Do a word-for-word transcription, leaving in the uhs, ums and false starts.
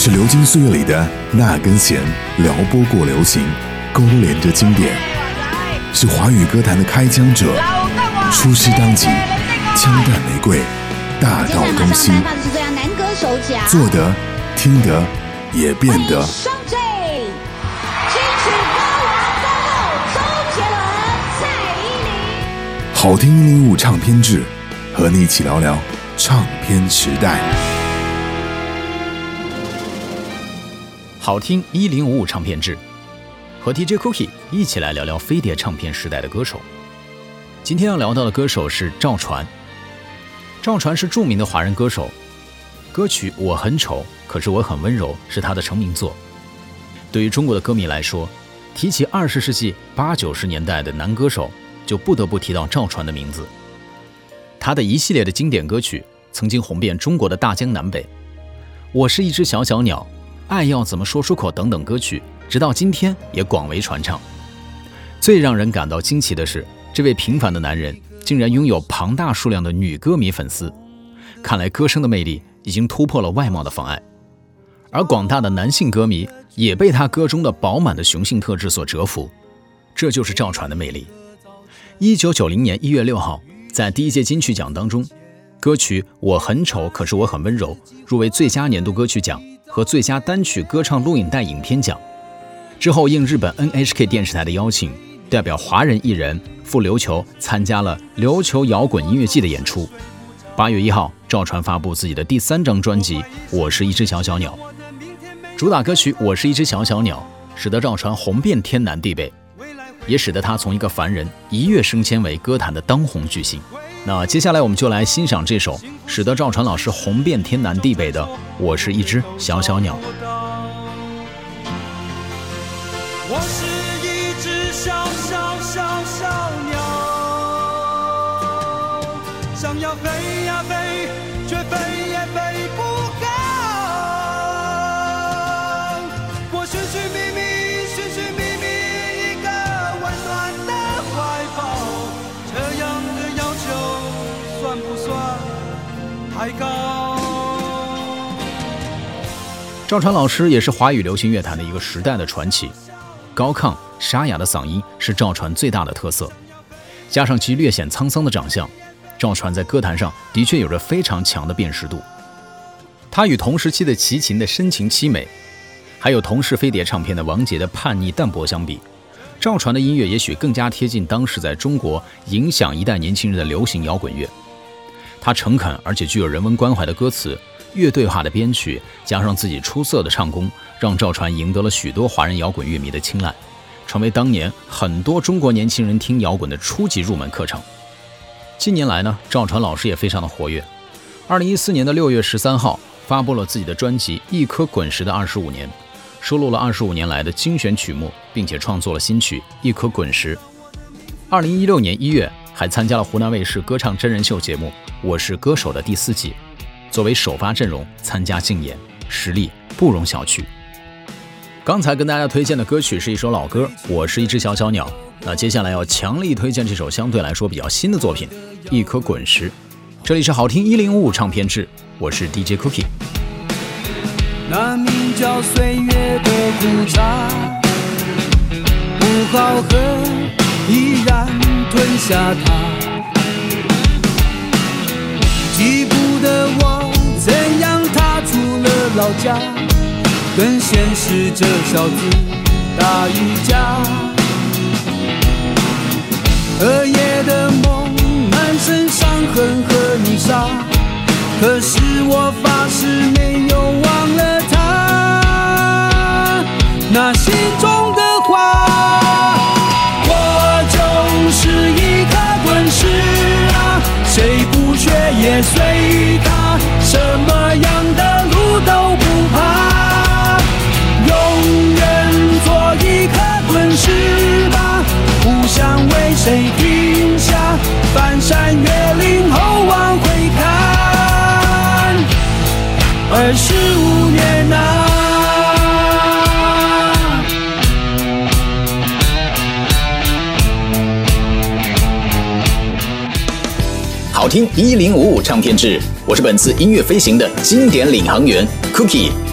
是流金岁月里的那根弦，撩拨过流行，勾连着经典。是华语歌坛的开疆者，出师当即，枪弹玫瑰，大道东西，做得、听得、也变得。好听一零五唱片志，和你一起聊聊唱片时代。 好听一零五五唱片志，和 D J Cookie 一起来聊聊飞碟唱片时代的歌手。今天要聊到的歌手是赵传。赵传是著名的华人歌手，歌曲《我很丑，可是我很温柔》是他的成名作。对于中国的歌迷来说，提起二十世纪八九十年代的男歌手，就不得不提到赵传的名字。他的一系列的经典歌曲曾经红遍中国的大江南北，《我是一只小小鸟》、爱要怎么说出口等等歌曲，直到今天也广为传唱。最让人感到惊奇的是，这位平凡的男人竟然拥有庞大数量的女歌迷粉丝，看来歌声的魅力已经突破了外貌的妨碍。而广大的男性歌迷也被他歌中的饱满的雄性特质所折服，这就是赵传的魅力。一九九零年一月六号，在第一届金曲奖当中，歌曲《我很丑，可是我很温柔》入围最佳年度歌曲奖和最佳单曲歌唱录影带影片奖。之后应日本 N H K 电视台的邀请，代表华人艺人赴琉球参加了琉球摇滚音乐季的演出。八月一号，赵传发布自己的第三张专辑《我是一只小小鸟》，主打歌曲《我是一只小小鸟》使得赵传红遍天南地北，也使得他从一个凡人一跃升迁为歌坛的当红巨星。那接下来我们就来欣赏这首使得赵传老师红遍天南地北的《我是一只小小鸟》。 我是一只小小小小鸟，想要飞呀飞，却飞也飞不高。我寻寻觅觅，寻寻觅觅一个温暖的怀抱，这样的要求算不算太高？ 赵传老师也是华语流行乐坛的一个时代的传奇。高亢沙哑的嗓音是赵传最大的特色，加上其略显沧桑的长相，赵传在歌坛上的确有着非常强的辨识度。他与同时期的齐秦的深情凄美，还有同是飞碟唱片的王杰的叛逆淡泊相比，赵传的音乐也许更加贴近当时在中国影响一代年轻人的流行摇滚乐。他诚恳而且具有人文关怀的歌词，乐队化的编曲，加上自己出色的唱功，让赵传赢得了许多华人摇滚乐迷的青睐，成为当年很多中国年轻人听摇滚的初级入门课程。近年来呢，赵传老师也非常的活跃。二零一四年的六月十三号，发布了自己的专辑《一颗滚石的二十五年》，收录了二十五年来的精选曲目，并且创作了新曲《一颗滚石》。二零一六年一月，还参加了湖南卫视歌唱真人秀节目《我是歌手》的第四季，作为首发阵容参加竞演，实力不容小觑。刚才跟大家推荐的歌曲是一首老歌《我是一只小小鸟》，那接下来要强力推荐这首相对来说比较新的作品《一颗滚石》。这里是好听一零五五唱片志，我是 D J Cookie。 那名叫岁月的苦茶，不好喝依然吞下它，记不得我怎样踏出了老家，跟现实这小子打一架。荷叶的梦满身伤痕和泥沙，可是我发誓没有忘了他那心中的话。我就是一颗滚石啊，谁不学也随他，什么样的路都不怕，永远做一颗滚石吧，不想为谁停下，翻山越岭后往回看，二十五年啊。 好听一零五五唱片志，我是本次音乐飞行的经典领航员 Cookie。